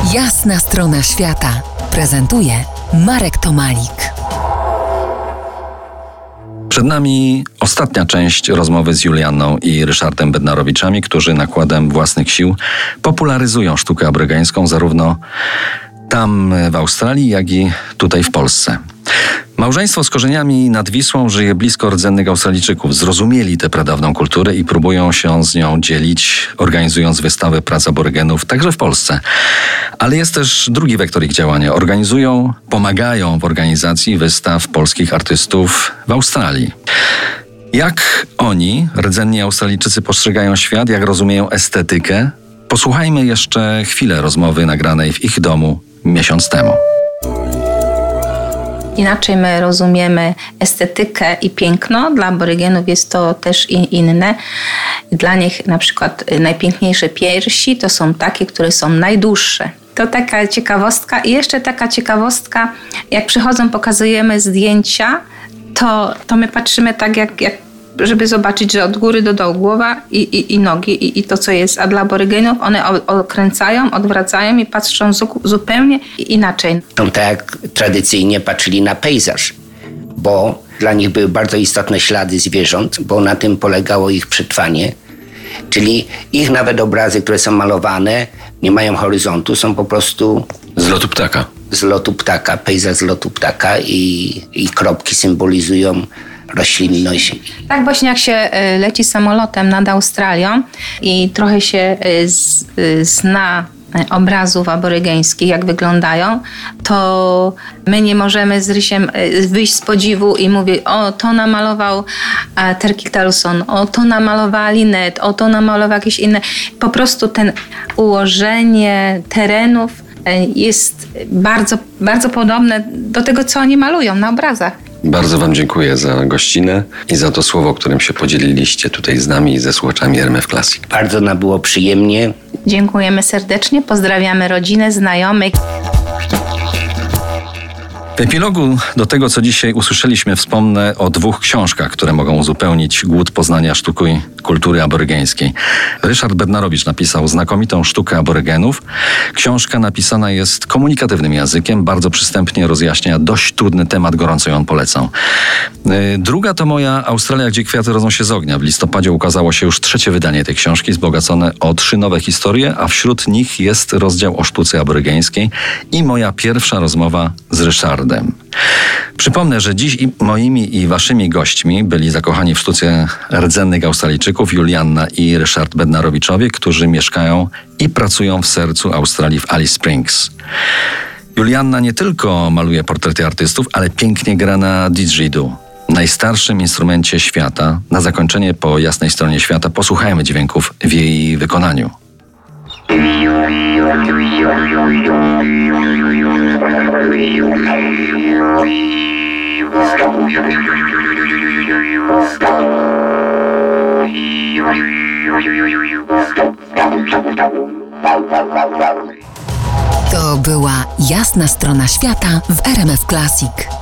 Jasna strona świata prezentuje Marek Tomalik. Przed nami ostatnia część rozmowy z Julianną i Ryszardem Bednarowiczami, którzy nakładem własnych sił popularyzują sztukę aborygeńską zarówno tam w Australii, jak i tutaj w Polsce. Małżeństwo z korzeniami nad Wisłą żyje blisko rdzennych Australijczyków. Zrozumieli tę pradawną kulturę i próbują się z nią dzielić, organizując wystawy prac aborygenów także w Polsce. Ale jest też drugi wektor ich działania. Pomagają w organizacji wystaw polskich artystów w Australii. Jak oni, rdzenni Australijczycy, postrzegają świat, jak rozumieją estetykę? Posłuchajmy jeszcze chwilę rozmowy nagranej w ich domu miesiąc temu. Inaczej my rozumiemy estetykę i piękno. Dla aborygenów jest to też inne. Dla nich na przykład najpiękniejsze piersi to są takie, które są najdłuższe. To taka ciekawostka. I jeszcze taka ciekawostka, jak przychodzą, pokazujemy zdjęcia, to my patrzymy tak jak żeby zobaczyć, że od góry do dołu głowa i nogi i to, co jest. A dla aborygenów one okręcają, odwracają i patrzą zupełnie inaczej. Tak jak tradycyjnie patrzyli na pejzaż, bo dla nich były bardzo istotne ślady zwierząt, bo na tym polegało ich przetrwanie. Czyli ich nawet obrazy, które są malowane, nie mają horyzontu, są po prostu z lotu ptaka. Z lotu ptaka, pejzaż z lotu ptaka i kropki symbolizują roślinność. Tak właśnie jak się leci samolotem nad Australią i trochę się zna obrazów aborygeńskich, jak wyglądają, to my nie możemy z Rysiem wyjść z podziwu i mówić, o to namalował Terki Carlson, o to namalowała Lynette, o to namalował jakieś inne. Po prostu ten ułożenie terenów jest bardzo, bardzo podobne do tego, co oni malują na obrazach. Bardzo Wam dziękuję za gościnę i za to słowo, którym się podzieliliście tutaj z nami i ze słuchaczami RMF Classic. Bardzo nam było przyjemnie. Dziękujemy serdecznie, pozdrawiamy rodzinę, znajomych. W epilogu do tego, co dzisiaj usłyszeliśmy, wspomnę o dwóch książkach, które mogą uzupełnić głód poznania sztuki kultury aborygeńskiej. Ryszard Bednarowicz napisał znakomitą sztukę aborygenów. Książka napisana jest komunikatywnym językiem, bardzo przystępnie rozjaśnia dość trudny temat, gorąco ją polecam. Druga to moja Australia, gdzie kwiaty rodzą się z ognia. W listopadzie ukazało się już 3. wydanie tej książki, wzbogacone o 3 nowe historie, a wśród nich jest rozdział o sztuce aborygeńskiej i moja pierwsza rozmowa z Ryszardem. Przypomnę, że dziś moimi i waszymi gośćmi byli zakochani w sztuce rdzennych Australijczyków Julianna i Ryszard Bednarowiczowie, którzy mieszkają i pracują w sercu Australii w Alice Springs. Julianna nie tylko maluje portrety artystów, ale pięknie gra na didgeridoo, najstarszym instrumencie świata. Na zakończenie po jasnej stronie świata posłuchajmy dźwięków w jej wykonaniu. To była Jasna strona świata w RMF Classic.